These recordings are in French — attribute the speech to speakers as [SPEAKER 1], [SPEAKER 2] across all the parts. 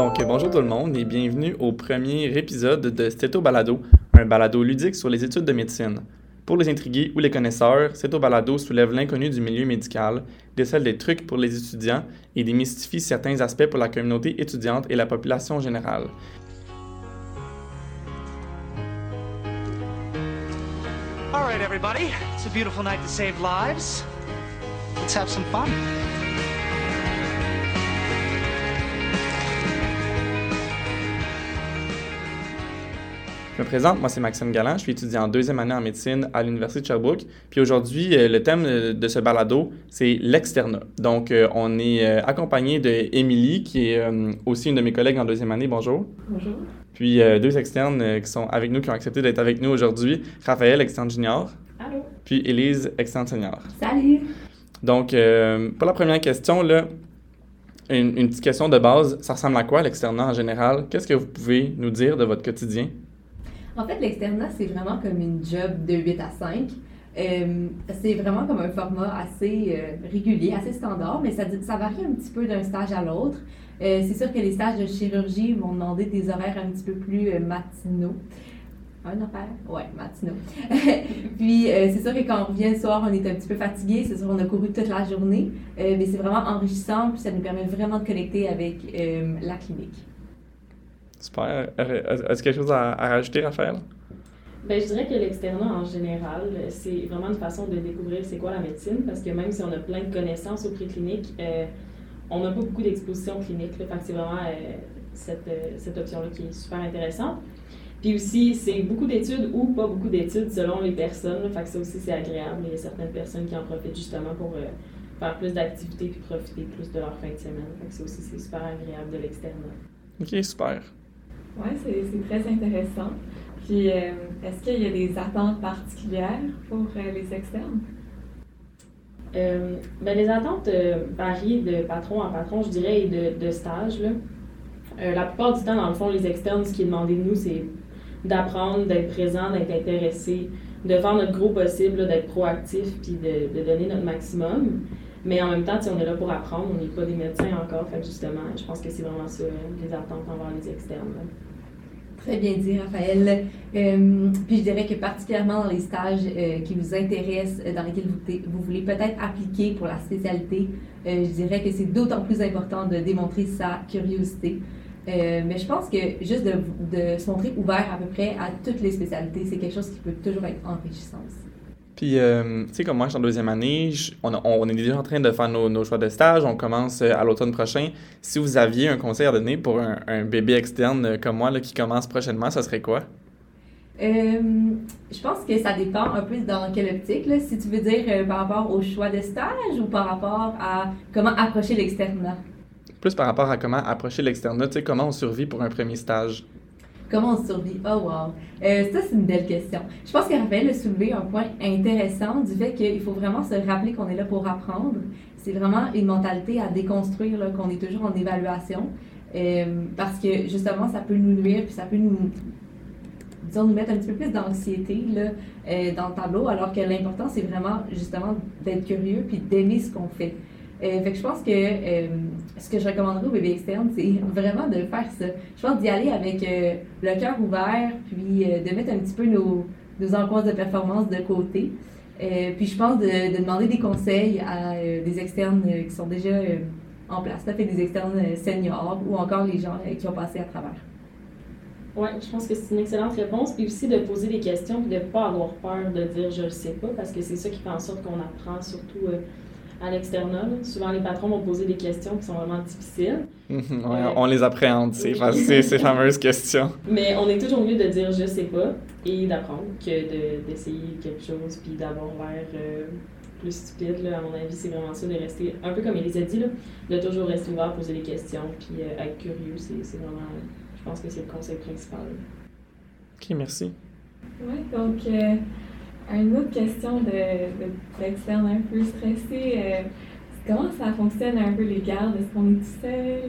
[SPEAKER 1] Donc, bonjour tout le monde et bienvenue au premier épisode de Stéto Balado, un balado ludique sur les études de médecine. Pour les intrigués ou les connaisseurs, Stéto Balado soulève l'inconnu du milieu médical, décèle des trucs pour les étudiants et démystifie certains aspects pour la communauté étudiante et la population générale.
[SPEAKER 2] All right, everybody. It's a beautiful night to save lives. Let's have some fun.
[SPEAKER 1] Je me présente, moi c'est Maxime Galland, je suis étudiant en deuxième année en médecine à l'Université de Sherbrooke. Puis aujourd'hui, le thème de ce balado, c'est l'externat. Donc, on est accompagné de Émilie, qui est aussi une de mes collègues en deuxième année. Bonjour.
[SPEAKER 3] Bonjour.
[SPEAKER 1] Puis deux externes qui sont avec nous, qui ont accepté d'être avec nous aujourd'hui. Raphaël, externe junior.
[SPEAKER 3] Allô.
[SPEAKER 1] Puis Élise, externe senior.
[SPEAKER 3] Salut.
[SPEAKER 1] Donc, pour la première question, là, une petite question de base. Ça ressemble à quoi l'externat en général? Qu'est-ce que vous pouvez nous dire de votre quotidien?
[SPEAKER 3] En fait, l'externat, c'est vraiment comme une job de 8 à 5. C'est vraiment comme un format assez régulier, assez standard, mais ça varie un petit peu d'un stage à l'autre. C'est sûr que les stages de chirurgie vont demander des horaires un petit peu plus matinaux. Un horaire? Ouais, matinaux. Puis, c'est sûr que quand on revient le soir, on est un petit peu fatigué. C'est sûr qu'on a couru toute la journée. Mais c'est vraiment enrichissant, puis ça nous permet vraiment de connecter avec la clinique.
[SPEAKER 1] Super. As-tu quelque chose à rajouter, Raphaël?
[SPEAKER 4] Bien, je dirais que l'externat, en général, c'est vraiment une façon de découvrir c'est quoi la médecine, parce que même si on a plein de connaissances au préclinique, on n'a pas beaucoup d'expositions cliniques. Là, fait que c'est vraiment cette option-là qui est super intéressante. Puis aussi, c'est beaucoup d'études ou pas beaucoup d'études selon les personnes. Là, fait que ça aussi, c'est agréable. Il y a certaines personnes qui en profitent justement pour faire plus d'activités puis profiter plus de leur fin de semaine. Fait que ça aussi, c'est super agréable de l'externat.
[SPEAKER 1] OK, super.
[SPEAKER 5] Oui, c'est très intéressant. Puis, est-ce qu'il y a des attentes particulières pour les externes?
[SPEAKER 4] Ben, les attentes varient de patron en patron, je dirais, et de stage. Là. La plupart du temps, dans le fond, les externes, ce qui est demandé de nous, c'est d'apprendre, d'être présent, d'être intéressé, de faire notre gros possible, là, d'être proactif, puis de donner notre maximum. Mais en même temps, on est là pour apprendre, on n'est pas des médecins encore, fait que justement, je pense que c'est vraiment ça, les attentes envers les externes. Là.
[SPEAKER 3] Très bien dit, Raphaël. Puis je dirais que particulièrement dans les stages qui vous intéressent, dans lesquels vous voulez peut-être appliquer pour la spécialité, je dirais que c'est d'autant plus important de démontrer sa curiosité. Mais je pense que juste de se montrer ouvert à peu près à toutes les spécialités, c'est quelque chose qui peut toujours être enrichissant aussi.
[SPEAKER 1] Puis, tu sais, comme moi, je suis en deuxième année, on est déjà en train de faire nos choix de stage, on commence à l'automne prochain. Si vous aviez un conseil à donner pour un bébé externe comme moi là, qui commence prochainement, ça serait quoi?
[SPEAKER 3] Je pense que ça dépend un peu dans quelle optique, là. Si tu veux dire par rapport au choix de stage ou par rapport à comment approcher l'externat?
[SPEAKER 1] Plus par rapport à comment approcher l'externat, tu sais, comment on survit pour un premier stage?
[SPEAKER 3] Comment on survit? Oh wow! Ça, c'est une belle question. Je pense que Raphaël a soulevé un point intéressant du fait qu'il faut vraiment se rappeler qu'on est là pour apprendre. C'est vraiment une mentalité à déconstruire, là, qu'on est toujours en évaluation. Parce que, justement, ça peut nous nuire, puis ça peut nous mettre un petit peu plus d'anxiété là, dans le tableau, alors que l'important, c'est vraiment, justement, d'être curieux puis d'aimer ce qu'on fait. Fait que je pense que ce que je recommanderais aux bébés externes, c'est vraiment de faire ça. Je pense d'y aller avec le cœur ouvert, puis de mettre un petit peu nos angoisses de performance de côté. Puis je pense de demander des conseils à des externes qui sont déjà en place, ça fait des externes seniors ou encore les gens qui ont passé à travers.
[SPEAKER 4] Oui, je pense que c'est une excellente réponse. Puis aussi de poser des questions puis de ne pas avoir peur de dire « je le sais pas » parce que c'est ça qui fait en sorte qu'on apprend surtout à l'externat. Souvent, les patrons vont poser des questions qui sont vraiment difficiles.
[SPEAKER 1] On les appréhende, ces fameuses questions.
[SPEAKER 4] Mais on est toujours mieux de dire « je sais pas » et d'apprendre que d'essayer quelque chose puis d'avoir l'air plus stupide. Là. À mon avis, c'est vraiment ça, de rester, un peu comme Élise a dit, là, de toujours rester ouvert, poser des questions puis être curieux. C'est vraiment, je pense que c'est le conseil principal.
[SPEAKER 1] OK, merci.
[SPEAKER 5] Oui, donc, une autre question d'externe un peu stressé. Comment ça fonctionne un peu les gardes? Est-ce qu'on est tout seul?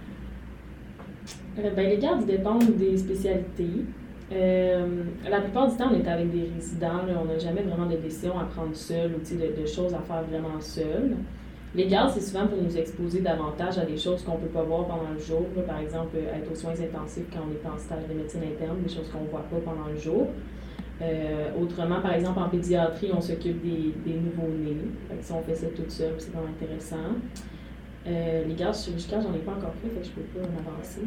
[SPEAKER 4] Ben, les gardes dépendent des spécialités. La plupart du temps, on est avec des résidents. Là, on n'a jamais vraiment de décision à prendre seul ou de choses à faire vraiment seul. Les gardes, c'est souvent pour nous exposer davantage à des choses qu'on ne peut pas voir pendant le jour. Là, par exemple, être aux soins intensifs quand on est en stage de médecine interne, des choses qu'on ne voit pas pendant le jour. Autrement, par exemple, en pédiatrie, on s'occupe des nouveaux-nés. Si on fait ça toute seule, c'est vraiment intéressant. Les gardes chirurgicales, j'en ai pas encore fait, je peux pas m'avancer.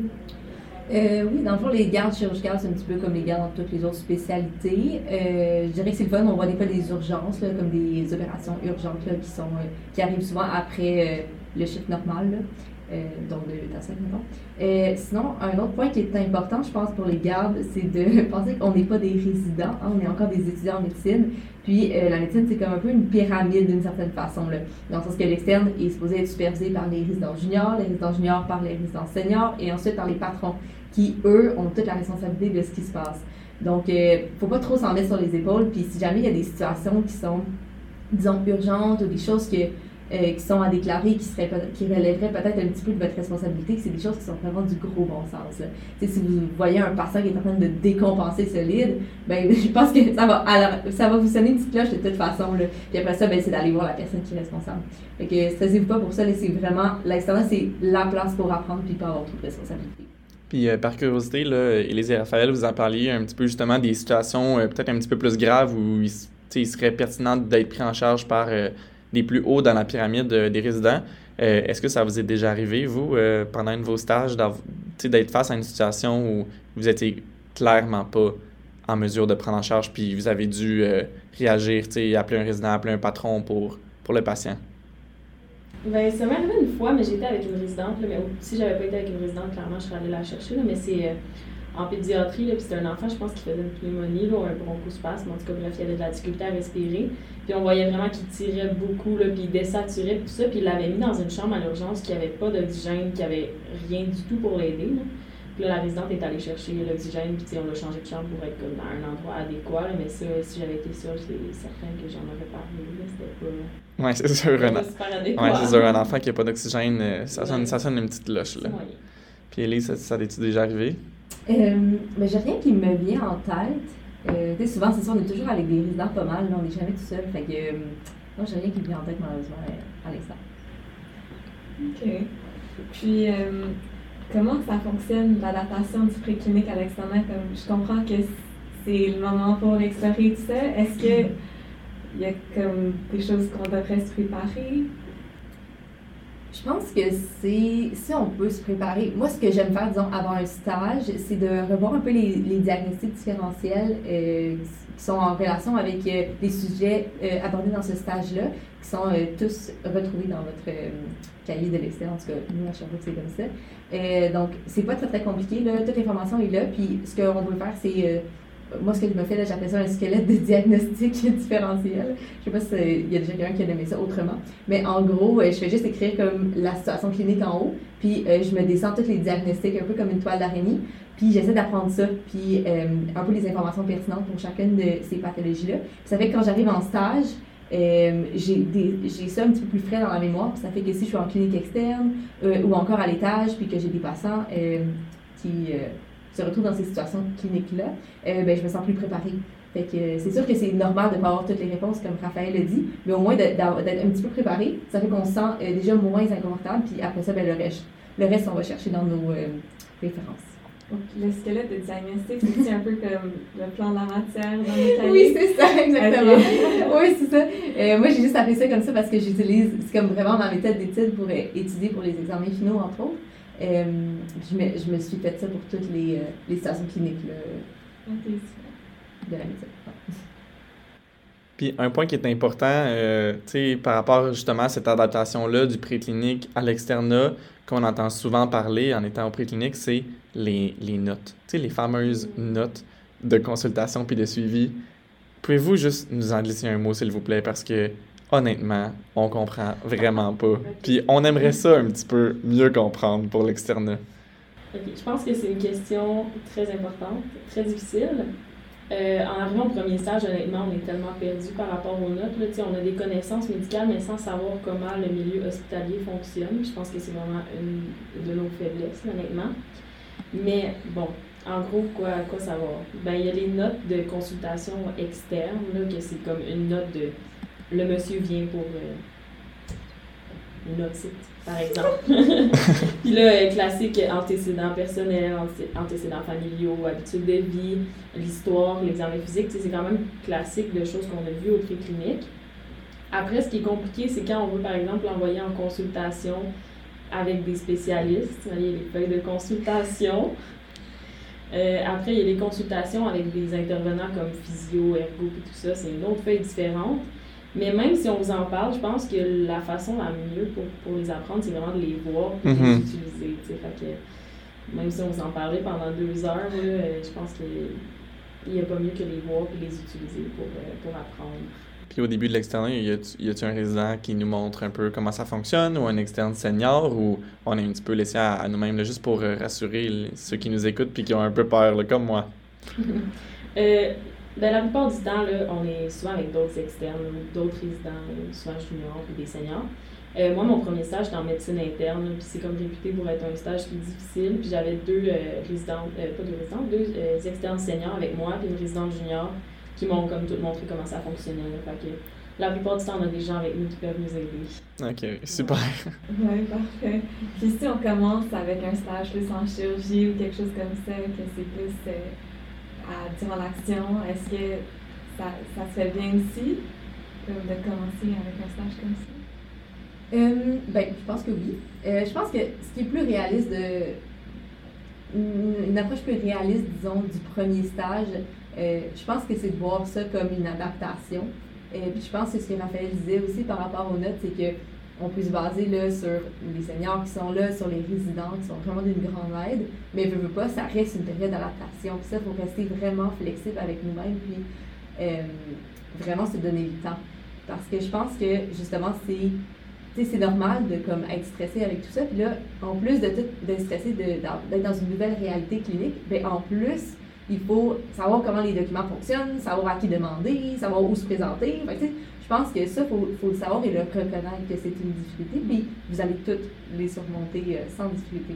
[SPEAKER 3] Oui, dans le fond, les gardes chirurgicales, c'est un petit peu comme les gardes dans toutes les autres spécialités. Je dirais que c'est le fun, on voit des fois des urgences, là, comme des opérations urgentes là, qui arrivent souvent après le chiffre normal, là, donc de 8 à 5, mettons. Sinon, un autre point qui est important, je pense, pour les gardes, c'est de penser qu'on n'est pas des résidents, hein, on est encore des étudiants en médecine. Puis la médecine, c'est comme un peu une pyramide d'une certaine façon, là, dans le sens que l'externe est supposé être supervisé par les résidents juniors par les résidents seniors, et ensuite par les patrons, qui, eux, ont toute la responsabilité de ce qui se passe. Donc, faut pas trop s'en mettre sur les épaules, puis si jamais il y a des situations qui sont, disons, urgentes, ou des choses qui sont à déclarer, qui relèveraient peut-être un petit peu de votre responsabilité, que c'est des choses qui sont vraiment du gros bon sens. Si vous voyez un patient qui est en train de décompenser solide, ben je pense que ça va vous sonner une petite cloche de toute façon. Là. Puis après ça, ben, c'est d'aller voir la personne qui est responsable. Fait que stressez-vous pas pour ça, là, c'est vraiment, l'externat, c'est la place pour apprendre puis pas avoir trop de responsabilité.
[SPEAKER 1] Puis par curiosité, là, Élise et Raphaël, vous en parliez un petit peu justement des situations peut-être un petit peu plus graves où il serait pertinent d'être pris en charge par des plus hauts dans la pyramide des résidents. Est-ce que ça vous est déjà arrivé, vous, pendant un de vos stages, d'être face à une situation où vous étiez clairement pas en mesure de prendre en charge, puis vous avez dû réagir, appeler un résident, appeler un patron pour le patient?
[SPEAKER 4] Ben, ça m'est arrivé une fois, mais j'étais avec une résidente. Là, mais si j'avais pas été avec une résidente, clairement, je serais allée la chercher. Là, mais c'est en pédiatrie, là, puis c'était un enfant, je pense, qui faisait une pneumonie là, ou un bronchospasme. En tout cas, bref, il y avait de la difficulté à respirer. Puis on voyait vraiment qu'il tirait beaucoup, là, puis il désaturait, tout ça. Puis il l'avait mis dans une chambre à l'urgence qui avait pas d'oxygène, qui avait rien du tout pour l'aider. Là. Puis là, la résidente est allée chercher l'oxygène, puis on l'a changé de chambre pour être comme dans un endroit adéquat. Là, mais ça, si j'avais été sûre, c'est certain que j'en aurais parlé. Là, c'était pas...
[SPEAKER 1] Oui, c'est sûr. C'est sûr, un enfant qui n'a pas d'oxygène, ça sonne une petite loche. Là. Puis Élise, ça t'est-tu déjà arrivé?
[SPEAKER 3] Ben, j'ai rien qui me vient en tête. Souvent, c'est ça, on est toujours avec des résidents pas mal, là, on n'est jamais tout seul. Fait que, non, j'ai rien qui me vient en tête, malheureusement, à l'instant.
[SPEAKER 5] OK. Puis, comment ça fonctionne, l'adaptation du préclinique à l'externat? Comme je comprends que c'est le moment pour l'explorer tout ça. Est-ce que il y a comme des choses qu'on devrait se préparer?
[SPEAKER 3] Je pense que si on peut se préparer, moi ce que j'aime faire, disons, avant un stage, c'est de revoir un peu les diagnostics différentiels qui sont en relation avec les sujets abordés dans ce stage-là, qui sont tous retrouvés dans votre cahier de l'externe. En tout cas, nous, à Sherbrooke, c'est comme ça. Donc, c'est pas très, très compliqué, là. Toute l'information est là, puis ce qu'on doit faire, c'est... moi, ce que je me fais, là, j'appelle ça un squelette de diagnostic différentiel. Je sais pas s'il y a déjà quelqu'un qui a nommé ça autrement. Mais en gros, je fais juste écrire comme la situation clinique en haut, puis je me descends tous les diagnostics, un peu comme une toile d'araignée, puis j'essaie d'apprendre ça, puis un peu les informations pertinentes pour chacune de ces pathologies-là. Puis ça fait que quand j'arrive en stage, j'ai ça un petit peu plus frais dans la mémoire, puis ça fait que si je suis en clinique externe ou encore à l'étage, puis que j'ai des patients qui... se retrouvent dans ces situations cliniques-là, ben, je me sens plus préparée. Fait que c'est sûr que c'est normal de ne pas avoir toutes les réponses, comme Raphaël l'a dit, mais au moins d'être un petit peu préparé, ça fait qu'on se sent déjà moins inconfortable, puis après ça, ben, le reste, on va chercher dans nos références.
[SPEAKER 5] Donc, le squelette de diagnostic, c'est un peu comme le plan de la matière dans les cahiers?
[SPEAKER 3] Oui, c'est ça, exactement. Oui, c'est ça. Moi, j'ai juste appelé ça comme ça parce que c'est comme vraiment ma méthode d'étude pour étudier pour les examens finaux, entre autres. Je me suis fait ça pour toutes les situations cliniques là, de la médecine.
[SPEAKER 1] Puis un point qui est important, par rapport justement à cette adaptation-là du préclinique à l'externat, qu'on entend souvent parler en étant au préclinique, c'est les notes. Les fameuses notes de consultation puis de suivi. Pouvez-vous juste nous en glisser un mot, s'il vous plaît, parce que honnêtement, on comprend vraiment pas. Puis on aimerait ça un petit peu mieux comprendre pour l'externat.
[SPEAKER 4] Okay. Je pense que c'est une question très importante, très difficile. En arrivant au premier stage, honnêtement, on est tellement perdu par rapport aux notes. Là, on a des connaissances médicales, mais sans savoir comment le milieu hospitalier fonctionne. Je pense que c'est vraiment une de nos faiblesses, honnêtement. Mais bon, en gros, quoi savoir? Ben, il y a les notes de consultation externe, là, que c'est comme une note de... Le monsieur vient pour une otite, par exemple. Puis là, classique, antécédents personnels, antécédents familiaux, habitudes de vie, l'histoire, l'examen physique, c'est quand même classique de choses qu'on a vues au préclinique. Après, ce qui est compliqué, c'est quand on veut, par exemple, l'envoyer en consultation avec des spécialistes. Il y a les feuilles de consultation. Après, il y a les consultations avec des intervenants comme physio, ergo et tout ça. C'est une autre feuille différente. Mais même si on vous en parle, je pense que la façon la mieux pour les apprendre, c'est vraiment de les voir et de les utiliser. Fait que, même si on vous en parlait pendant 2 heures, là, je pense qu'il n'y a pas mieux que les voir et les utiliser pour apprendre.
[SPEAKER 1] Puis au début de l'externat, y a-t-il un résident qui nous montre un peu comment ça fonctionne ou un externe senior ou on est un petit peu laissé à nous-mêmes là, juste pour rassurer ceux qui nous écoutent puis qui ont un peu peur, là, comme moi?
[SPEAKER 4] La plupart du temps, là, on est souvent avec d'autres externes ou d'autres résidents, souvent juniors ou des seniors. Moi, mon premier stage, c'était en médecine interne, puis c'est comme réputé pour être un stage qui est difficile. Puis j'avais 2 externes seniors avec moi, puis une résidente junior qui m'ont comme tout montré comment ça fonctionnait. Là. Fait que la plupart du temps, on a des gens avec nous qui peuvent nous aider.
[SPEAKER 1] OK, super.
[SPEAKER 5] Oui, parfait. Puis si on commence avec un stage plus en chirurgie ou quelque chose comme ça, que c'est plus durant l'action, est-ce que ça se fait bien aussi, comme de commencer avec un stage comme ça?
[SPEAKER 3] Je pense que oui. Je pense que ce qui est plus réaliste une approche plus réaliste, disons, du premier stage, je pense que c'est de voir ça comme une adaptation. Puis je pense que ce que Raphaël disait aussi par rapport aux notes, c'est qu'on peut se baser là, sur les seniors qui sont là, sur les résidents qui sont vraiment d'une grande aide, mais veut pas, ça reste une période d'adaptation. Puis ça, il faut rester vraiment flexible avec nous-mêmes, puis vraiment se donner le temps. Parce que je pense que justement, c'est normal de comme être stressé avec tout ça. Puis là, en plus d'être stressé d'être dans une nouvelle réalité clinique, bien en plus, il faut savoir comment les documents fonctionnent, savoir à qui demander, savoir où se présenter. Fait que, je pense que ça, il faut le savoir et le reconnaître que c'est une difficulté. Puis vous allez toutes les surmonter sans difficulté.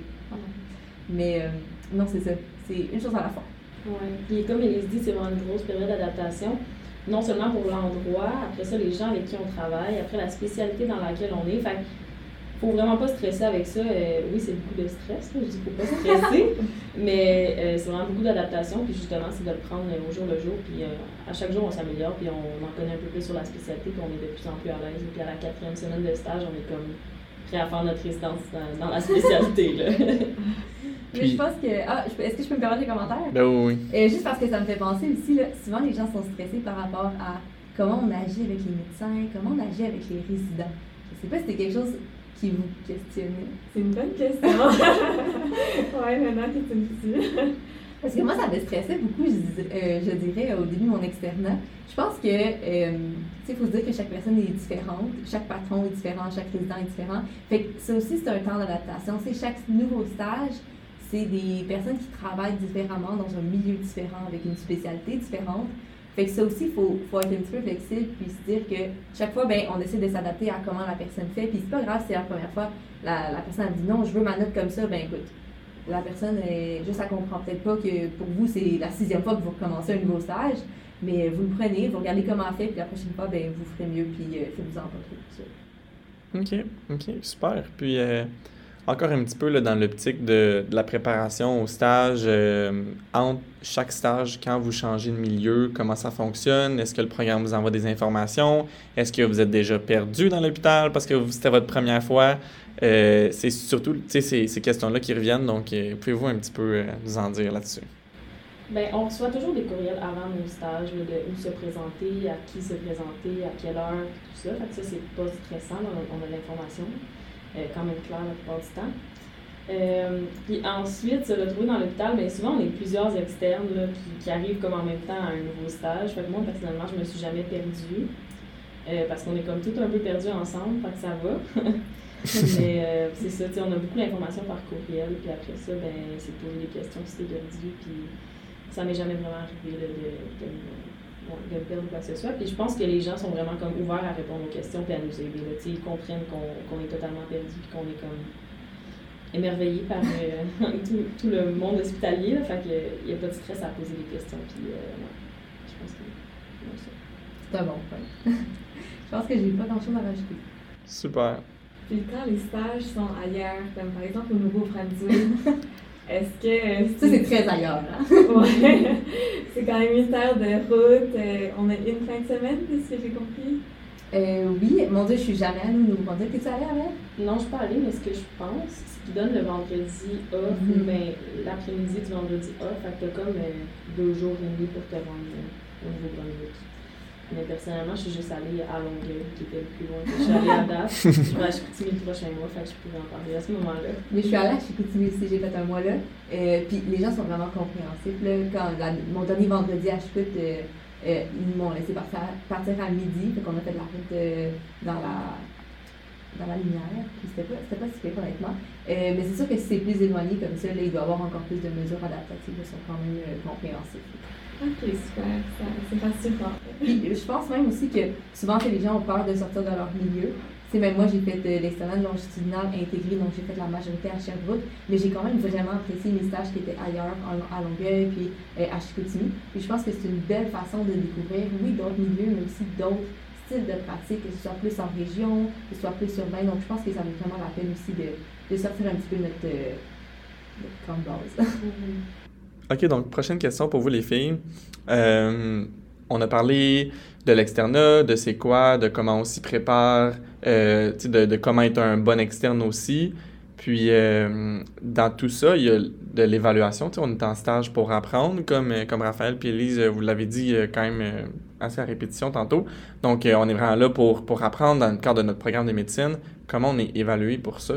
[SPEAKER 3] Mais non, c'est ça. C'est une chose à la fois.
[SPEAKER 4] Oui. Puis comme Élise dit, c'est vraiment une grosse période d'adaptation. Non seulement pour l'endroit, après ça, les gens avec qui on travaille, après la spécialité dans laquelle on est. Fait faut vraiment pas stresser avec ça. Oui, c'est beaucoup de stress, là. Je dis faut pas stresser, mais c'est vraiment beaucoup d'adaptation. Puis justement, c'est de le prendre au jour le jour. Puis à chaque jour, on s'améliore, puis on en connaît un peu plus sur la spécialité, puis on est de plus en plus à l'aise. Puis à la 4e semaine de stage, on est comme prêt à faire notre résidence dans la spécialité, là.
[SPEAKER 3] Mais je pense que... est-ce que je peux me permettre des commentaires?
[SPEAKER 1] Ben oui.
[SPEAKER 3] Juste parce que ça me fait penser aussi, là, souvent les gens sont stressés par rapport à comment on agit avec les médecins, comment on agit avec les résidents. Je sais pas si c'était quelque chose qui vous questionnait.
[SPEAKER 5] C'est une bonne question. Ouais, maintenant que tu me dis.
[SPEAKER 3] Parce que moi, ça me stressait beaucoup, je dirais, au début de mon externat. Je pense que, il faut se dire que chaque personne est différente, chaque patron est différent, chaque résident est différent. Fait que ça aussi, c'est un temps d'adaptation. C'est chaque nouveau stage, c'est des personnes qui travaillent différemment dans un milieu différent, avec une spécialité différente. Fait que ça aussi, il faut être un petit peu flexible puis se dire que chaque fois, on essaie de s'adapter à comment la personne fait. Puis c'est pas grave si la première fois, la personne a dit non, je veux ma note comme ça, écoute, la personne, elle comprend peut-être pas que pour vous, c'est la 6e fois que vous recommencez un nouveau stage, mais vous le prenez, vous regardez comment elle fait, puis la prochaine fois, vous ferez mieux, puis faites-vous en pas trop.
[SPEAKER 1] OK, super. Puis encore un petit peu là, dans l'optique de la préparation au stage, entre chaque stage, quand vous changez de milieu, comment ça fonctionne? Est-ce que le programme vous envoie des informations? Est-ce que vous êtes déjà perdu dans l'hôpital parce que c'était votre première fois? C'est surtout ces questions-là qui reviennent, donc pouvez-vous un petit peu nous en dire là-dessus?
[SPEAKER 4] On reçoit toujours des courriels avant nos stages, là, de où se présenter, à qui se présenter, à quelle heure, tout ça. Fait que ça, c'est pas stressant, là, on a de l'information. Quand même clair la plupart du temps. Puis ensuite, se retrouver dans l'hôpital, souvent on est plusieurs externes là, qui arrivent comme en même temps à un nouveau stage. Fait que moi, personnellement, je me suis jamais perdue. Parce qu'on est comme tout un peu perdus ensemble, fait que ça va. Mais c'est ça, on a beaucoup d'informations par courriel, puis après ça, c'est poser des questions si t'es perdu, puis ça m'est jamais vraiment arrivé là, de perdre quoi que ce soit. Puis je pense que les gens sont vraiment comme ouverts à répondre aux questions et à nous aider. Là. Ils comprennent qu'on est totalement perdu et qu'on est comme émerveillé par tout le monde hospitalier. Là. Fait qu'il n'y a pas de stress à poser des questions. Puis je pense que c'est ça.
[SPEAKER 3] C'est un bon point. Je pense que j'ai pas grand-chose à rajouter.
[SPEAKER 1] Super.
[SPEAKER 5] Puis quand les stages sont ailleurs, comme par exemple au Nouveau-Brunswick, est-ce que...
[SPEAKER 3] Ça, c'est très ailleurs, hein?
[SPEAKER 5] Ouais, c'est quand même 8 heures de route. On a une fin de semaine, c'est ce que j'ai compris.
[SPEAKER 3] Oui, mon Dieu, je suis jamais allée au Nouveau-Brunswick. T'es-tu allée avec?
[SPEAKER 4] Non, je suis pas allée, mais ce que je pense, c'est qu'ils donnent le vendredi off, ben, l'après-midi du vendredi off, fait que t'as comme 2 jours et demi pour te rendre au Nouveau-Brunswick. Mais personnellement, je suis juste allée à Longueuil, qui était le plus loin que je suis allée à date. Je vais à Chicoutimi le prochain mois, fait que je pourrais en parler à ce moment-là.
[SPEAKER 3] Mais je suis allée à Chicoutimi aussi, j'ai fait un mois là. Puis les gens sont vraiment compréhensifs. Là. Mon dernier vendredi à Chicout, ils m'ont laissé partir à midi, fait qu'on a fait de la route dans la lumière. Puis c'était pas si pire, honnêtement. Mais c'est sûr que si c'est plus éloigné comme ça, là, il doit y avoir encore plus de mesures adaptatives, ils sont quand même compréhensifs.
[SPEAKER 5] Ok, super, c'est rassurant.
[SPEAKER 3] Puis je pense même aussi que souvent les gens ont peur de sortir de leur milieu. Tu sais, même moi, j'ai fait l'externat longitudinal intégré, donc j'ai fait la majorité à Sherbrooke, mais j'ai quand même vraiment apprécié mes stages qui étaient ailleurs, à Longueuil, puis à Chicoutimi. Puis je pense que c'est une belle façon de découvrir, oui, d'autres milieux, mais aussi d'autres styles de pratique, que ce soit plus en région, que ce soit plus urbain. Donc je pense que ça vaut vraiment la peine aussi de sortir un petit peu notre camp de base.
[SPEAKER 1] OK, donc prochaine question pour vous les filles. On a parlé de l'externat, de c'est quoi, de comment on s'y prépare, de comment être un bon externe aussi. Puis dans tout ça, il y a de l'évaluation. On est en stage pour apprendre, comme Raphaël et Élise, vous l'avez dit quand même assez à répétition tantôt. Donc on est vraiment là pour apprendre dans le cadre de notre programme de médecine. Comment on est évalué pour ça?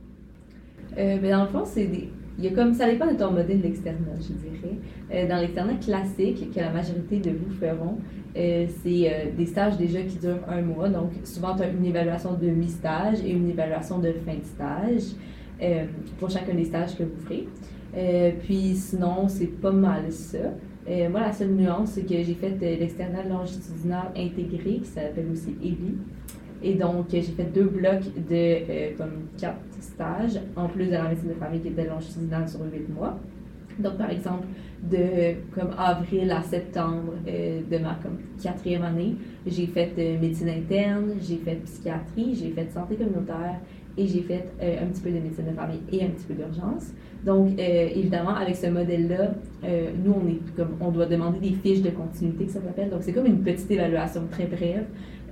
[SPEAKER 3] Mais dans le fond, il y a comme, ça dépend de ton modèle d'externat, je dirais. Dans l'externat classique, que la majorité de vous feront, c'est des stages déjà qui durent 1 mois. Donc, souvent, tu as une évaluation de mi-stage et une évaluation de fin de stage pour chacun des stages que vous ferez. Puis sinon, c'est pas mal ça. Moi, la seule nuance, c'est que j'ai fait l'externat longitudinal intégré, qui s'appelle aussi ELI. Et donc, j'ai fait 2 blocs de comme 4 stages, en plus de la médecine de famille qui était longitudinale sur 8 mois. Donc, par exemple, de comme avril à septembre de ma comme 4e année, j'ai fait médecine interne, j'ai fait psychiatrie, j'ai fait santé communautaire et j'ai fait un petit peu de médecine de famille et un petit peu d'urgence. Donc, évidemment, avec ce modèle-là, nous, on doit demander des fiches de continuité, que ça s'appelle. Donc, c'est comme une petite évaluation très brève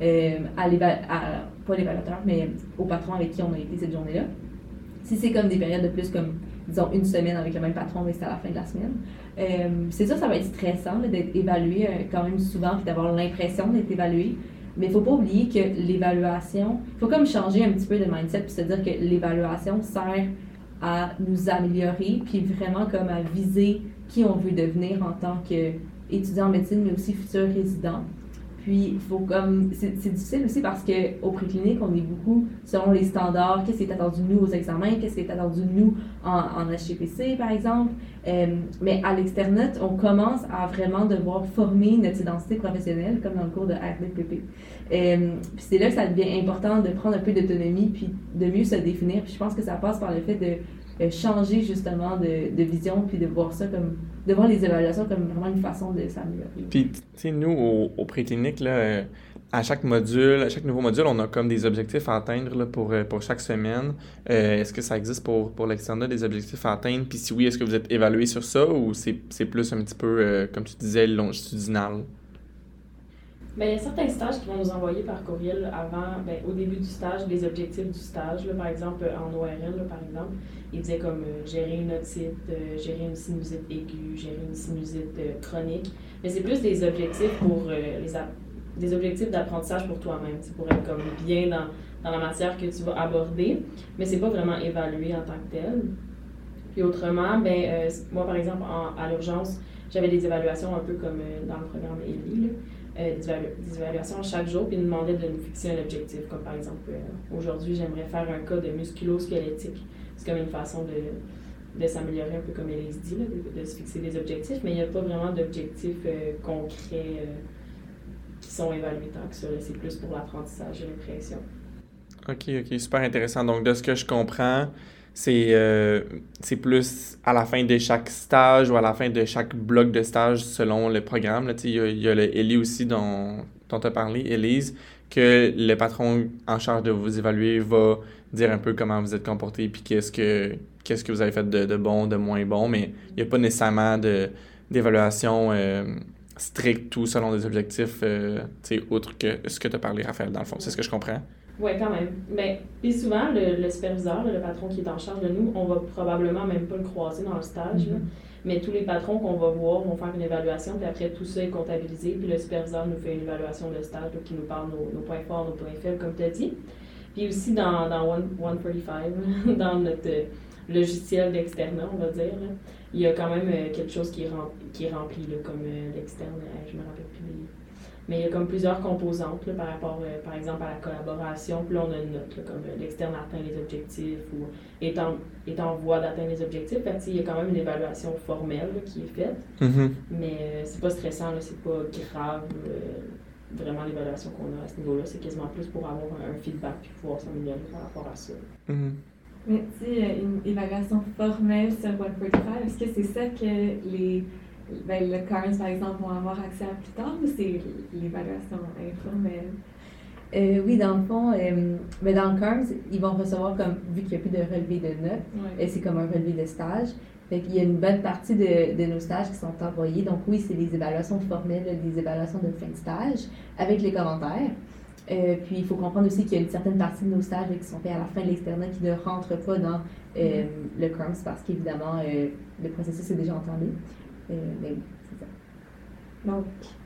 [SPEAKER 3] pas l'évaluateur, mais au patron avec qui on a été cette journée-là. Si c'est comme des périodes de plus comme, disons, 1 semaine avec le même patron, mais c'est à la fin de la semaine. C'est sûr, ça va être stressant là, d'être évalué quand même souvent et d'avoir l'impression d'être évalué. Mais il ne faut pas oublier que l'évaluation, il faut comme changer un petit peu de mindset puis se dire que l'évaluation sert à nous améliorer puis vraiment comme à viser qui on veut devenir en tant qu'étudiant en médecine, mais aussi futur résident. Puis, il faut comme... C'est difficile aussi parce qu'au préclinique, on est beaucoup selon les standards. Qu'est-ce qui est attendu de nous aux examens? Qu'est-ce qui est attendu de nous en HCPC, par exemple? Mais à l'externat, on commence à vraiment devoir former notre identité professionnelle, comme dans le cours de RDPP. Puis c'est là que ça devient important de prendre un peu d'autonomie puis de mieux se définir. Puis je pense que ça passe par le fait de changer justement de vision puis de voir ça comme... de voir les évaluations comme vraiment une façon de s'améliorer.
[SPEAKER 1] Puis, tu sais, nous, au préclinique, là, à chaque nouveau module, on a comme des objectifs à atteindre là, pour chaque semaine. Est-ce que ça existe pour l'externat, des objectifs à atteindre? Puis si oui, est-ce que vous êtes évalué sur ça ou c'est plus un petit peu, comme tu disais, longitudinal?
[SPEAKER 4] Bien, il y a certains stages qui vont nous envoyer par courriel avant, au début du stage, les objectifs du stage. Là, par exemple, en ORL, là, par exemple, ils disaient comme gérer une otite, gérer une sinusite aiguë, gérer une sinusite chronique. Mais c'est plus des objectifs pour des objectifs d'apprentissage pour toi-même. C'est pour être comme bien dans la matière que tu vas aborder, mais c'est pas vraiment évalué en tant que tel. Puis autrement, moi, par exemple, à l'urgence, j'avais des évaluations un peu comme dans le programme ELI, des évaluations chaque jour, puis ils nous demandaient de nous fixer un objectif, comme par exemple, aujourd'hui, j'aimerais faire un cas de musculo-squelettique. C'est comme une façon de s'améliorer un peu comme Élise dit, là, de se fixer des objectifs, mais il n'y a pas vraiment d'objectifs concrets qui sont évalués tant que ça. C'est plus pour l'apprentissage, j'ai l'impression.
[SPEAKER 1] OK, super intéressant. Donc, de ce que je comprends, c'est plus à la fin de chaque stage ou à la fin de chaque bloc de stage selon le programme. Là, il y a le ELI aussi dont dont tu as parlé, Élise, que le patron en charge de vous évaluer va dire un peu comment vous êtes comporté puis qu'est-ce que vous avez fait de bon, de moins bon, mais il n'y a pas nécessairement d'évaluation stricte ou selon des objectifs, outre que ce que tu as parlé, Raphaël, dans le fond. C'est ce que je comprends?
[SPEAKER 4] Oui, quand même. Mais, puis souvent, le superviseur, le patron qui est en charge de nous, on va probablement même pas le croiser dans le stage. Là. Mais tous les patrons qu'on va voir vont faire une évaluation, puis après, tout ça est comptabilisé, puis le superviseur nous fait une évaluation de stage, donc qui nous parle nos points forts, nos points faibles, comme tu as dit. Puis aussi, dans 145, dans notre logiciel d'externat, on va dire, là, il y a quand même quelque chose qui est rempli, là, comme l'externe, je me rappelle plus. Mais il y a comme plusieurs composantes là, par rapport, par exemple, à la collaboration. Puis là, on a une note, là, comme l'externe atteint les objectifs ou est en voie d'atteindre les objectifs. Fait il y a quand même une évaluation formelle là, qui est faite.
[SPEAKER 1] Mm-hmm.
[SPEAKER 4] Mais c'est pas stressant, là, c'est pas grave. Vraiment, l'évaluation qu'on a à ce niveau-là, c'est quasiment plus pour avoir un feedback puis pouvoir s'améliorer par rapport à ça.
[SPEAKER 1] Mm-hmm.
[SPEAKER 5] Mais tu sais, une évaluation formelle sur 145, est-ce que c'est ça que le CARMS, par exemple, vont avoir accès à plus tard ou c'est l'évaluation informelle?
[SPEAKER 3] Oui, dans le fond, mais dans le CARMS, ils vont recevoir comme, vu qu'il n'y a plus de relevé de notes, c'est comme un relevé de stage. Fait qu'il y a une bonne partie de nos stages qui sont envoyés. Donc oui, c'est les évaluations formelles, les évaluations de fin de stage avec les commentaires. Puis il faut comprendre aussi qu'il y a une certaine partie de nos stages qui sont faits à la fin de l'externat qui ne rentrent pas dans le CARMS parce qu'évidemment, le processus est déjà entamé. Mais c'est ça.
[SPEAKER 5] Donc,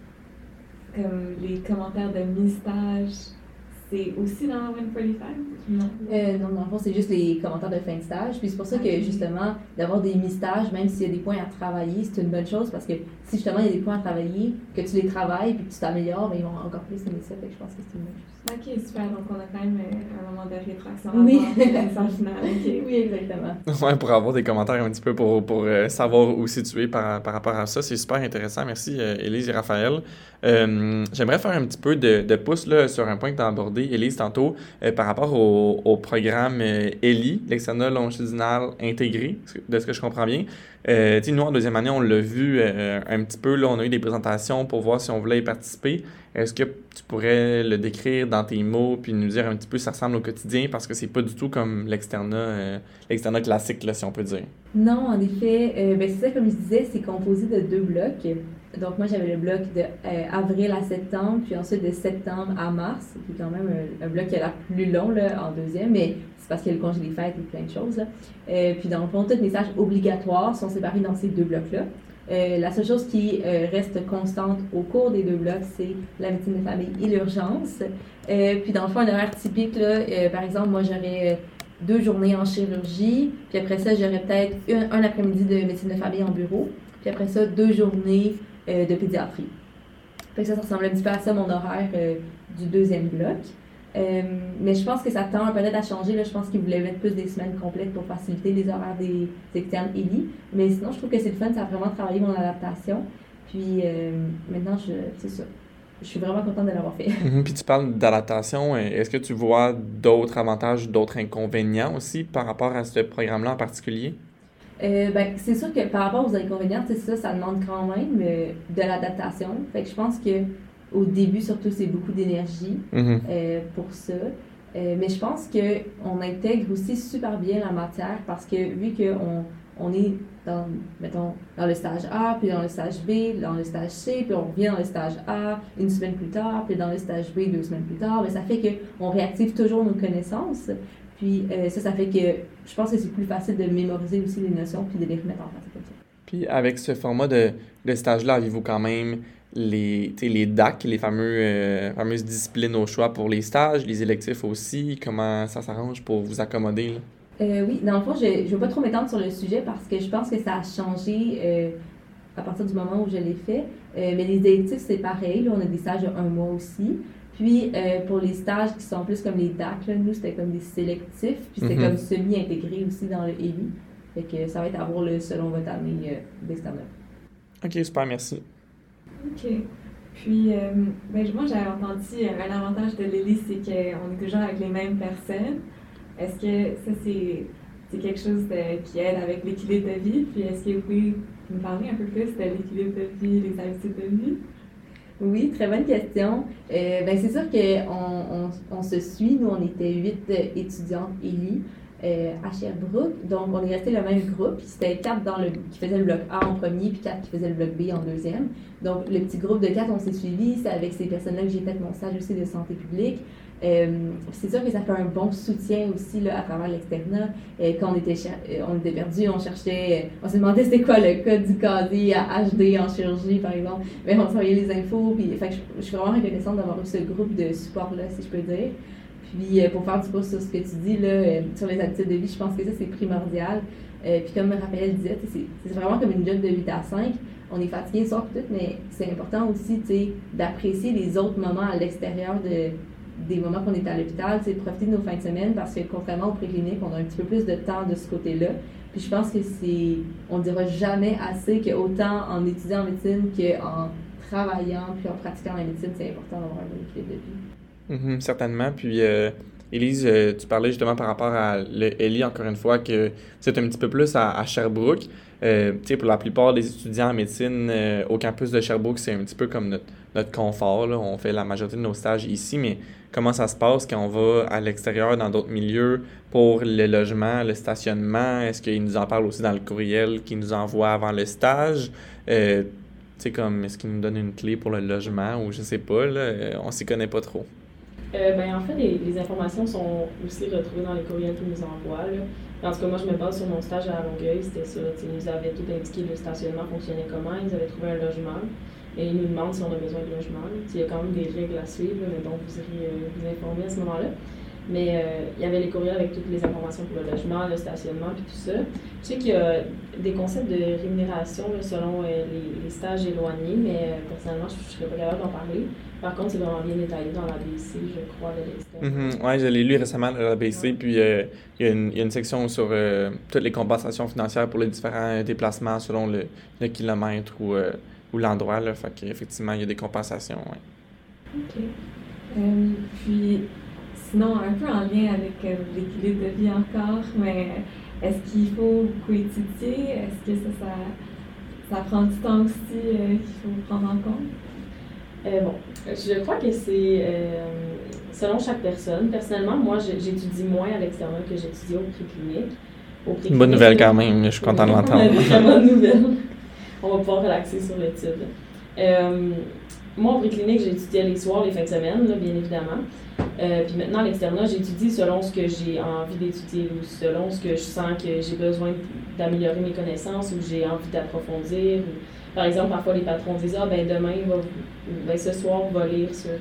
[SPEAKER 5] comme les commentaires de mi-stage, c'est aussi dans 145? Non.
[SPEAKER 3] Non, dans le fond, c'est juste les commentaires de fin de stage. Puis c'est pour ça que, justement, d'avoir des mi-stages, même s'il y a des points à travailler, c'est une bonne chose parce que si, justement, il y a des points à travailler, que tu les travailles puis que tu t'améliores, bien, ils vont encore plus aimer ça. Fait que je pense que c'est une bonne chose.
[SPEAKER 5] Ok, super. Donc, on a quand même un moment de rétraction
[SPEAKER 3] Oui.
[SPEAKER 5] avant la finale. Okay.
[SPEAKER 3] Oui, exactement.
[SPEAKER 1] Ouais, pour avoir des commentaires un petit peu pour savoir où situer par rapport à ça. C'est super intéressant. Merci, Élise et Raphaël. J'aimerais faire un petit peu de pouce là, sur un point que tu as abordé, Élise, tantôt, par rapport au programme ELI, l'externat longitudinal intégré, de ce que je comprends bien. Nous, en deuxième année, on l'a vu un petit peu. Là, on a eu des présentations pour voir si on voulait y participer. Est-ce que tu pourrais le décrire dans tes mots puis nous dire un petit peu si ça ressemble au quotidien parce que c'est pas du tout comme l'externat classique, là, si on peut dire.
[SPEAKER 3] Non, en effet, c'est ça, comme je disais, c'est composé de 2 blocs. Donc moi, j'avais le bloc de avril à septembre, puis ensuite de septembre à mars, qui est quand même un bloc qui a l'air plus long là, en deuxième, mais c'est parce qu'il y a le congé des fêtes et plein de choses. Là. Puis dans le fond, tous les stages obligatoires sont séparés dans ces 2 blocs-là. La seule chose qui reste constante au cours des 2 blocs, c'est la médecine de famille et l'urgence. Puis dans le fond, un horaire typique, là, par exemple, moi j'aurais 2 journées en chirurgie, puis après ça, j'aurais peut-être un après-midi de médecine de famille en bureau, puis après ça, 2 journées de pédiatrie. Fait que ça ressemble un petit peu à ça, mon horaire du 2e bloc. Mais je pense que ça tend peut-être à changer. Là, je pense qu'ils voulaient mettre plus des semaines complètes pour faciliter les horaires des externes ELI. Mais sinon, je trouve que c'est le fun, ça a vraiment travaillé mon adaptation. Puis maintenant, c'est ça. Je suis vraiment contente de l'avoir fait.
[SPEAKER 1] Puis tu parles d'adaptation. Est-ce que tu vois d'autres avantages, d'autres inconvénients aussi par rapport à ce programme-là en particulier?
[SPEAKER 3] C'est sûr que par rapport aux inconvénients, ça demande quand même de l'adaptation. Fait que je pense que au début, surtout, c'est beaucoup d'énergie pour ça. Mais je pense qu'on intègre aussi super bien la matière parce que vu qu'on est dans le stage A, puis dans le stage B, dans le stage C, puis on revient dans le stage A une semaine plus tard, puis dans le stage B 2 semaines plus tard, ça fait qu'on réactive toujours nos connaissances. Puis ça fait que je pense que c'est plus facile de mémoriser aussi les notions puis de les remettre en pratique comme ça.
[SPEAKER 1] Puis avec ce format de stage-là, avez-vous quand même les DAC, les fameuses disciplines au choix pour les stages, les électifs aussi? Comment ça s'arrange pour vous accommoder, là?
[SPEAKER 3] Oui, dans le fond, je ne veux pas trop m'étendre sur le sujet parce que je pense que ça a changé à partir du moment où je l'ai fait. Mais les électifs, c'est pareil. Là, on a des stages de 1 mois aussi. Puis, pour les stages qui sont plus comme les DAC, là, nous, c'était comme des sélectifs. Puis, c'était comme semi-intégré aussi dans le ELI. Fait que ça va être à voir selon votre année d'externat.
[SPEAKER 1] OK, super, merci.
[SPEAKER 5] OK. Puis, moi, j'avais entendu un avantage de l'ELI, c'est qu'on est toujours avec les mêmes personnes. Est-ce que ça, c'est quelque chose qui aide avec l'équilibre de vie? Puis, est-ce que vous pouvez me parler un peu plus de l'équilibre de vie, les habitudes de vie?
[SPEAKER 3] Oui, très bonne question. Ben, c'est sûr qu'on se suit. Nous, on était 8 étudiantes élies à Sherbrooke. Donc, on est resté le même groupe. Puis c'était 4 qui faisaient le bloc A en premier, puis 4 qui faisaient le bloc B en deuxième. Donc, le petit groupe de 4, on s'est suivis. C'est avec ces personnes-là que j'ai fait mon stage aussi de santé publique. C'est sûr que ça fait un bon soutien aussi là, à travers l'externat. Quand on était perdus, on se demandait c'était quoi le code du casier à HD en chirurgie, par exemple. Mais on s'envoyait les infos. Puis, fait que je suis vraiment reconnaissante d'avoir eu ce groupe de support-là, si je peux dire. Puis, pour faire du pouce sur ce que tu dis, là, sur les habitudes de vie, je pense que ça, c'est primordial. Puis, comme Raphaël disait, c'est vraiment comme une job de 8 à 5. On est fatigué le soir, tout, mais c'est important aussi d'apprécier les autres moments à l'extérieur des moments qu'on est à l'hôpital, profiter de nos fins de semaine parce que contrairement aux précliniques, on a un petit peu plus de temps de ce côté-là. Puis je pense que on ne dira jamais assez qu'autant en étudiant en médecine qu'en travaillant puis en pratiquant la médecine, c'est important d'avoir un bon équilibre de vie.
[SPEAKER 1] Certainement. Puis Élise, tu parlais justement par rapport à l'ELI, encore une fois, que c'est un petit peu plus à Sherbrooke. Pour la plupart des étudiants en médecine au campus de Sherbrooke, c'est un petit peu comme notre confort. Là. On fait la majorité de nos stages ici, mais comment ça se passe quand on va à l'extérieur dans d'autres milieux pour le logement, le stationnement? Est-ce qu'ils nous en parlent aussi dans le courriel qu'ils nous envoient avant le stage? Est-ce qu'ils nous donnent une clé pour le logement ou je sais pas, là, on s'y connaît pas trop.
[SPEAKER 4] En fait, les informations sont aussi retrouvées dans les courriels qu'ils nous envoient. Là. En tout cas, moi, je me base sur mon stage à Longueuil, c'était ça. Ils nous avaient tout indiqué le stationnement fonctionnait comment, ils avaient trouvé un logement et ils nous demandent si on a besoin de logement. Il y a quand même des règles à suivre, mais donc vous irez vous informer à ce moment-là. Mais il y avait les courriels avec toutes les informations pour le logement, le stationnement, puis tout ça. Je sais qu'il y a des concepts de rémunération là, selon les stages éloignés, mais personnellement, je ne serais pas capable d'en parler. Par contre, c'est vraiment bien détaillé dans l'ABC, je crois, de l'extérieur.
[SPEAKER 1] Oui, je l'ai lu récemment dans l'ABC, puis il y a une section sur toutes les compensations financières pour les différents déplacements selon le kilomètre ou l'endroit. Là, fait qu'effectivement, il y a des compensations. Ouais.
[SPEAKER 5] OK. Puis, sinon, un peu en lien avec l'équilibre de vie encore, mais est-ce qu'il faut beaucoup étudier? Est-ce que ça prend du temps aussi qu'il faut prendre en compte?
[SPEAKER 4] Je crois que c'est selon chaque personne. Personnellement, moi, j'étudie moins à l'extérieur que j'étudie au préclinique.
[SPEAKER 1] Une bonne nouvelle quand même, je suis content de l'entendre.
[SPEAKER 4] Une très bonne nouvelle. On va pouvoir relaxer sur l'étude. Moi, au préclinique, j'étudiais les soirs, les fins de semaine, là, bien évidemment. Puis maintenant, à l'externat, j'étudie selon ce que j'ai envie d'étudier ou selon ce que je sens que j'ai besoin d'améliorer mes connaissances ou j'ai envie d'approfondir. Par exemple, parfois, les patrons disent « Ah, ben demain, ce soir, on va lire sur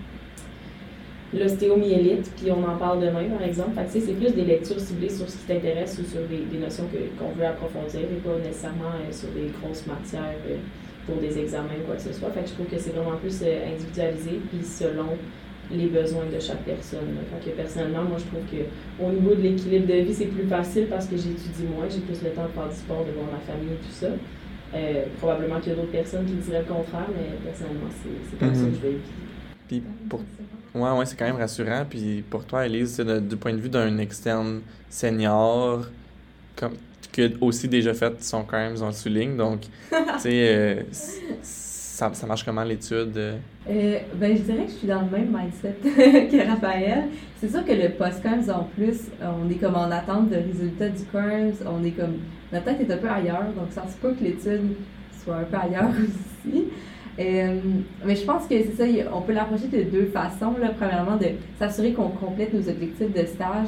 [SPEAKER 4] l'ostéomyélite, puis on en parle demain, par exemple. » Fait que c'est plus des lectures ciblées sur ce qui t'intéresse ou sur des notions qu'on veut approfondir et pas nécessairement sur des grosses matières pour des examens ou quoi que ce soit. Fait que je trouve que c'est vraiment plus individualisé, puis selon les besoins de chaque personne. Fait que personnellement, moi, je trouve qu'au niveau de l'équilibre de vie, c'est plus facile parce que j'étudie moins, j'ai plus le temps de faire du sport, de voir ma famille et tout ça. Probablement qu'il y a d'autres personnes qui diraient le contraire, mais personnellement, c'est comme ça que je vais
[SPEAKER 1] Puis ouais, c'est quand même rassurant. Puis pour toi, Élise, du point de vue d'un externe senior, qui a aussi déjà fait son CRAMS, on le souligne, donc, tu sais, ça marche comment l'étude?
[SPEAKER 3] Je dirais que je suis dans le même mindset que Raphaël. C'est sûr que le post-CRAMS, en plus, on est comme en attente de résultats du CRAMS, notre tête est un peu ailleurs, donc ça se peut que l'étude soit un peu ailleurs aussi. Mais je pense que c'est ça, on peut l'approcher de deux façons. Là. Premièrement, de s'assurer qu'on complète nos objectifs de stage,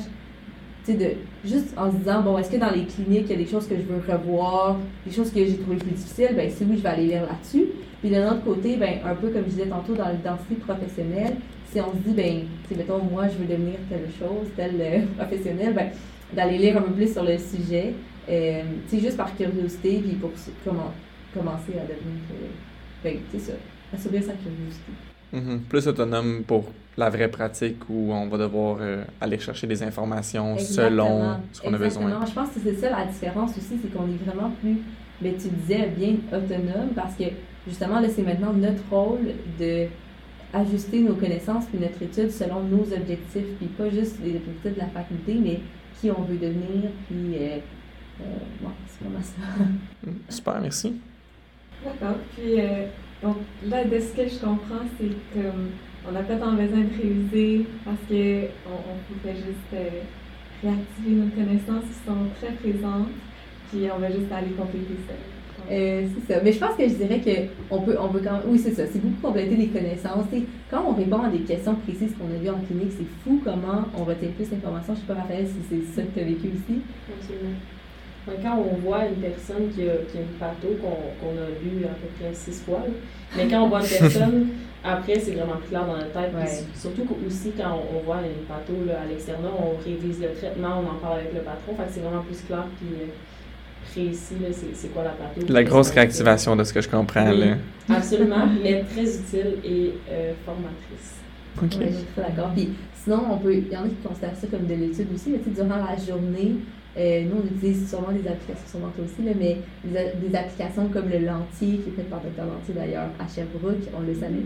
[SPEAKER 3] juste en se disant, bon, est-ce que dans les cliniques, il y a des choses que je veux revoir, des choses que j'ai trouvées plus difficiles, ben si oui, je vais aller lire là-dessus. Puis de l'autre côté, ben un peu comme je disais tantôt dans l'identité professionnelle, si on se dit, mettons, moi, je veux devenir telle chose, tel professionnel, d'aller lire un peu plus sur le sujet, juste par curiosité, puis pour commencer à devenir, assouvir sa curiosité.
[SPEAKER 1] Plus autonome pour la vraie pratique où on va devoir aller chercher des informations selon ce qu'on a besoin.
[SPEAKER 3] Je pense que c'est ça la différence aussi, c'est qu'on est vraiment plus, tu disais, bien autonome parce que justement, là, c'est maintenant notre rôle de ajuster nos connaissances puis notre étude selon nos objectifs, puis pas juste les objectifs de la faculté, mais qui on veut devenir, puis c'est vraiment ça.
[SPEAKER 1] Super, merci.
[SPEAKER 5] D'accord. Puis, Donc là, de ce que je comprends, c'est qu'on n'a pas tant besoin de réviser parce qu'on pourrait juste réactiver nos connaissances qui sont très présentes, puis on va juste aller compléter ça.
[SPEAKER 3] C'est ça. Mais je pense que je dirais qu'on peut quand même... Oui, c'est ça. C'est beaucoup compléter les connaissances. T'sais, quand on répond à des questions précises qu'on a vues en clinique, c'est fou comment on retient plus d'informations. Je sais pas, Raphaël, si c'est ça que tu as vécu aussi.
[SPEAKER 4] Absolument. Quand on voit une personne qui a une patho qu'on a lu à peu près 6 fois, là, mais quand on voit une personne, après, c'est vraiment plus clair dans notre tête.
[SPEAKER 3] Ouais.
[SPEAKER 4] Surtout aussi quand on voit une patho là, à l'externat, on révise le traitement, on en parle avec le patron. Fait que c'est vraiment plus clair puis précis, là, c'est quoi la patho.
[SPEAKER 1] La grosse réactivation de ce que je comprends.
[SPEAKER 4] Oui,
[SPEAKER 1] là.
[SPEAKER 4] absolument, mais très utile et formatrice.
[SPEAKER 1] OK.
[SPEAKER 3] Ouais, je suis très d'accord. Puis sinon, il y en a qui considèrent ça comme de l'étude aussi, mais tu sais, durant la journée, nous, on utilise sûrement des applications, sûrement toi aussi, là, mais des applications comme le Lantier, qui est fait par Dr Lantier d'ailleurs à Sherbrooke, on le salue,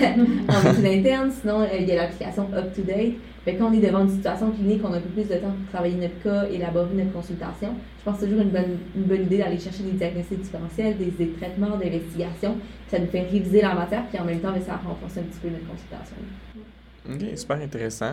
[SPEAKER 3] en études internes. Sinon, il y a l'application UpToDate. Fait qu'on est devant une situation clinique, on a un peu plus de temps pour travailler notre cas, élaborer notre consultation. Je pense que c'est toujours une bonne idée d'aller chercher des diagnostics différentiels, des traitements, d'investigation. Ça nous fait réviser la matière, puis en même temps, ça renforce un petit peu notre consultation.
[SPEAKER 1] OK, super intéressant.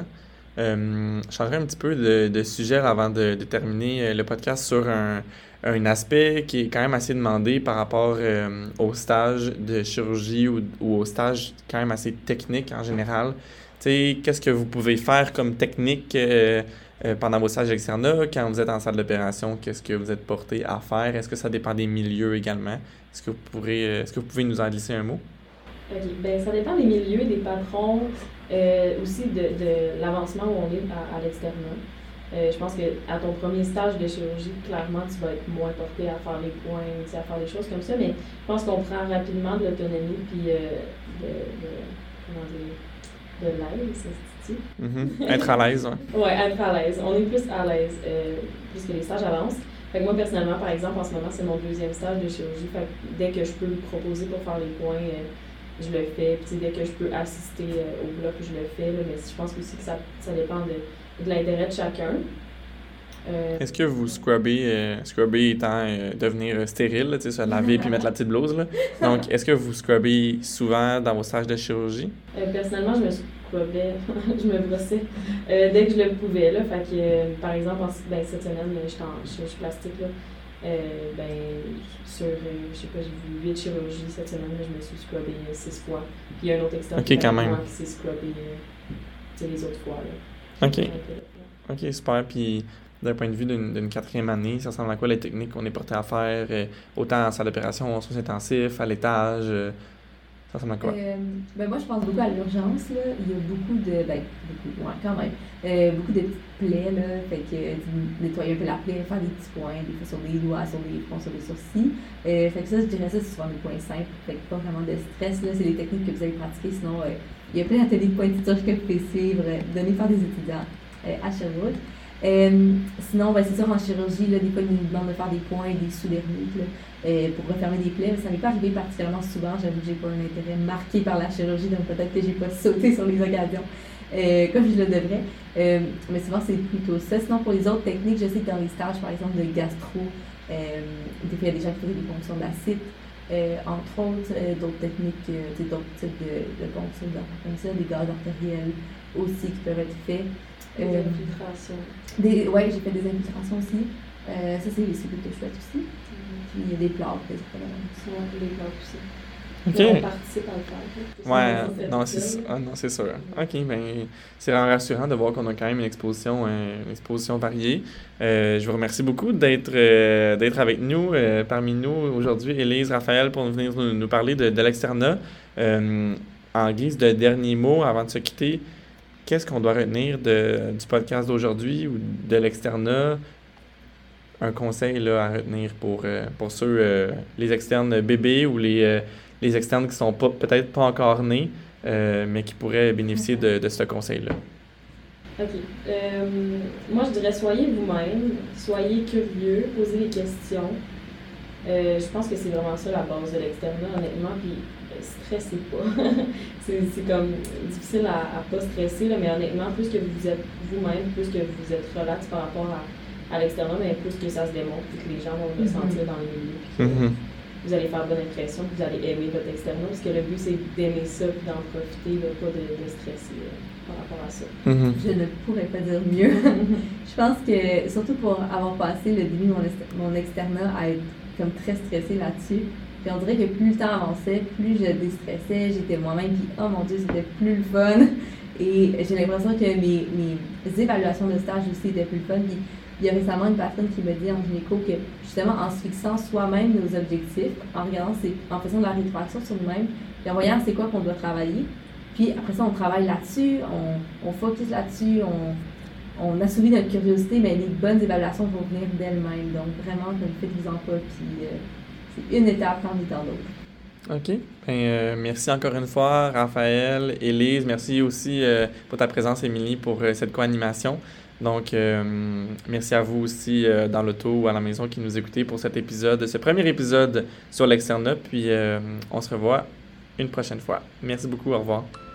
[SPEAKER 1] Je changerai un petit peu de sujet avant de terminer le podcast sur un aspect qui est quand même assez demandé par rapport au stage de chirurgie ou au stage quand même assez technique en général. Tu sais, qu'est-ce que vous pouvez faire comme technique pendant vos stages d'externat? Quand vous êtes en salle d'opération, qu'est-ce que vous êtes porté à faire? Est-ce que ça dépend des milieux également? Est-ce que vous pouvez nous en glisser un mot?
[SPEAKER 4] OK. Ben, ça dépend des milieux, des patrons, aussi de l'avancement où on est à l'externat. Je pense qu'à ton premier stage de chirurgie, clairement, tu vas être moins porté à faire les points, à faire des choses comme ça, mais je pense qu'on prend rapidement de l'autonomie puis de l'aise, ça se dit.
[SPEAKER 1] Mm-hmm. Être à l'aise, oui.
[SPEAKER 4] Oui, être à l'aise. On est plus à l'aise, plus que les stages avancent. Fait que moi, personnellement, par exemple, en ce moment, c'est mon 2e stage de chirurgie. Fait que dès que je peux me proposer pour faire les points, je le fais. Puis dès que je peux assister au bloc, je le fais. Là, mais je pense aussi que ça dépend de l'intérêt de chacun.
[SPEAKER 1] Est-ce que vous scrubbez étant devenir stérile, là, se laver puis mettre la petite blouse, là. Donc, est-ce que vous scrubbez souvent dans vos stages de chirurgie?
[SPEAKER 4] Personnellement, je me scrubbais, je me brossais dès que je le pouvais, là. Fait que, par exemple, cette semaine, je suis plastique, là. Sur, je sais pas, j'ai vu 8 chirurgies cette semaine, là, je me suis scrubbé 6 fois. Puis il y a un autre externe qui s'est scrubbé les autres fois, là.
[SPEAKER 1] OK. OK, super. Puis d'un point de vue d'une 4e année, ça ressemble à quoi les techniques qu'on est porté à faire, autant en salle d'opération, en soins intensifs, à l'étage, ça ressemble à quoi?
[SPEAKER 3] Moi, je pense beaucoup à l'urgence, là. Il y a beaucoup de... quand même. Beaucoup de petites plaies, là. Fait que nettoyer un peu la plaie, faire des petits points, des fois sur des doigts, sur des fronts, sur des sourcils. Fait que ça, je dirais ça, c'est souvent des points simples. Fait que pas vraiment de stress, là. C'est des techniques que vous avez pratiquées. Sinon, il y a plein d'ateliers de pointure que vous pouvez suivre, donner par des étudiants à Sherbrooke. Sinon, c'est sûr, en chirurgie, là, des fois, ils nous demandent de faire des points, des sous-dermiques pour refermer des plaies. Mais ça m'est pas arrivé particulièrement souvent. J'avoue que j'ai pas un intérêt marqué par la chirurgie, donc peut-être que j'ai pas sauté sur les occasions comme je le devrais. Mais souvent, c'est plutôt ça. Sinon, pour les autres techniques, je sais que dans les stages, par exemple, de gastro, des fois, il y a des gens qui font des ponctions d'acide. Entre autres, d'autres techniques, d'autres types de ponctions comme ça, des gaz artériels aussi qui peuvent être faits.
[SPEAKER 4] Des infiltrations.
[SPEAKER 3] Oui, j'ai fait des infiltrations aussi. Ça, c'est plutôt chouette aussi. Puis il y a des plâtres, des
[SPEAKER 4] plâtres aussi.
[SPEAKER 1] OK.
[SPEAKER 4] On participe à le faire.
[SPEAKER 1] Ouais, non, c'est sûr. OK, ben c'est vraiment rassurant de voir qu'on a quand même une exposition variée. Je vous remercie beaucoup d'être avec nous, parmi nous aujourd'hui, Élise, Raphaël, pour venir nous parler de l'externat. En guise de dernier mot, avant de se quitter, qu'est-ce qu'on doit retenir du podcast d'aujourd'hui ou de l'externat? Un conseil là, à retenir pour ceux, les externes bébés ou les externes qui sont peut-être pas encore nés, mais qui pourraient bénéficier de ce conseil-là.
[SPEAKER 4] OK. Moi, je dirais soyez vous-même, soyez curieux, posez des questions. Je pense que c'est vraiment ça la base de l'externat, honnêtement, puis stressez pas. c'est comme difficile à pas stresser, là, mais honnêtement, plus que vous êtes vous-même, plus que vous êtes relax par rapport à l'externat, mais plus que ça se démontre, puis que les gens vont le sentir dans le milieu. vous allez faire bonne impression, puis vous allez aimer votre externat, parce que le but, c'est d'aimer ça, puis d'en profiter, là, pas de stresser par rapport à ça.
[SPEAKER 3] Je ne pourrais pas dire mieux. Je pense que, surtout pour avoir passé le début de mon externat à être comme très stressée là-dessus, puis on dirait que plus le temps avançait, plus je déstressais, j'étais moi-même, puis oh mon Dieu, c'était plus le fun. Et j'ai l'impression que mes évaluations de stage aussi étaient plus le fun. Puis il y a récemment une personne qui me dit en gynéco que justement en se fixant soi-même nos objectifs, en faisant de la rétroaction sur nous-mêmes, puis en voyant c'est quoi qu'on doit travailler, puis après ça on travaille là-dessus, on focus là-dessus, on assouvit notre curiosité, mais les bonnes évaluations vont venir d'elles-mêmes. Donc vraiment, comme faites-vous-en pas, puis c'est une étape parmi tant d'autres.
[SPEAKER 1] OK. Merci encore une fois, Raphaël, Élise. Merci aussi pour ta présence, Émilie, pour cette co-animation. Donc, merci à vous aussi dans l'auto ou à la maison qui nous écoutez pour cet épisode, ce premier épisode sur l'externat. Puis, on se revoit une prochaine fois. Merci beaucoup. Au revoir.